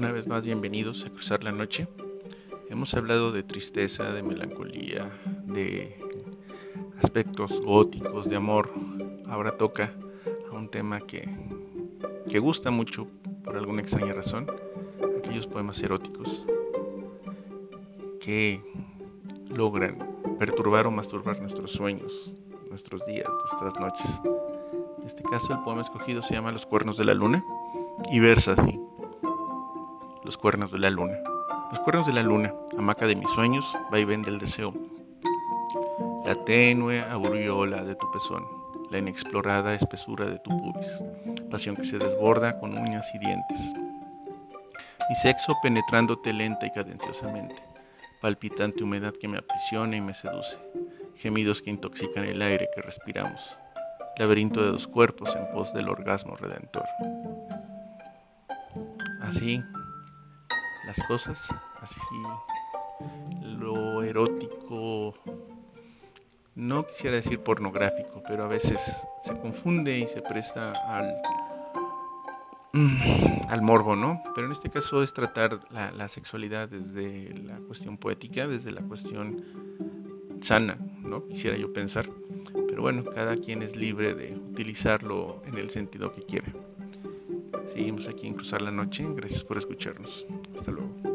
Una vez más, bienvenidos a Cruzar la Noche. Hemos hablado de tristeza, de melancolía, de aspectos góticos, de amor. Ahora toca a un tema que gusta mucho por alguna extraña razón, aquellos poemas eróticos que logran perturbar o masturbar nuestros sueños, nuestros días, nuestras noches. En este caso, el poema escogido se llama Los cuernos de la luna y versa así: Los cuernos de la luna. Los cuernos de la luna, hamaca de mis sueños, vaivén del deseo. La tenue aureola de tu pezón, la inexplorada espesura de tu pubis, pasión que se desborda con uñas y dientes. Mi sexo penetrándote lenta y cadenciosamente, palpitante humedad que me aprisiona y me seduce, gemidos que intoxican el aire que respiramos, laberinto de dos cuerpos en pos del orgasmo redentor. Así las cosas, así lo erótico, no quisiera decir pornográfico, pero a veces se confunde y se presta al morbo, ¿no? Pero en este caso es tratar la sexualidad desde la cuestión poética, desde la cuestión sana, ¿no? Quisiera yo pensar. Pero bueno, cada quien es libre de utilizarlo en el sentido que quiera. Seguimos aquí en Cruzar la Noche. Gracias por escucharnos. Hasta luego.